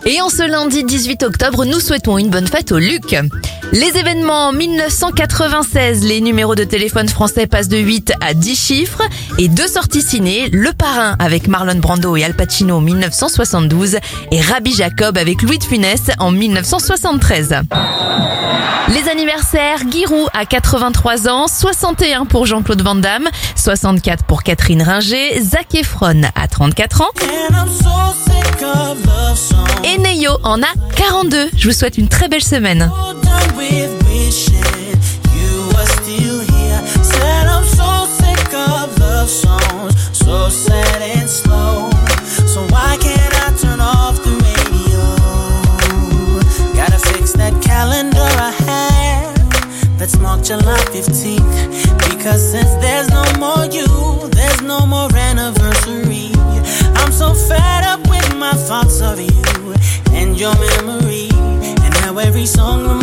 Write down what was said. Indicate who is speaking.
Speaker 1: Et en ce lundi 18 octobre, nous souhaitons une bonne fête au Luc. Les événements, 1996, les numéros de téléphone français passent de 8 à 10 chiffres. Et 2 sorties ciné, Le Parrain avec Marlon Brando et Al Pacino en 1972 et Rabbi Jacob avec Louis de Funès en 1973. Les anniversaires, Giroud à 83 ans, 61 pour Jean-Claude Van Damme, 64 pour Catherine Ringer, Zac Efron à 34 ans. Et Neyo en a 42. Je vous souhaite une très belle semaine.
Speaker 2: Let's mark July 15th, because since there's no more you, there's no more anniversary. I'm so fed up with my thoughts of you and your memory, and how every song reminds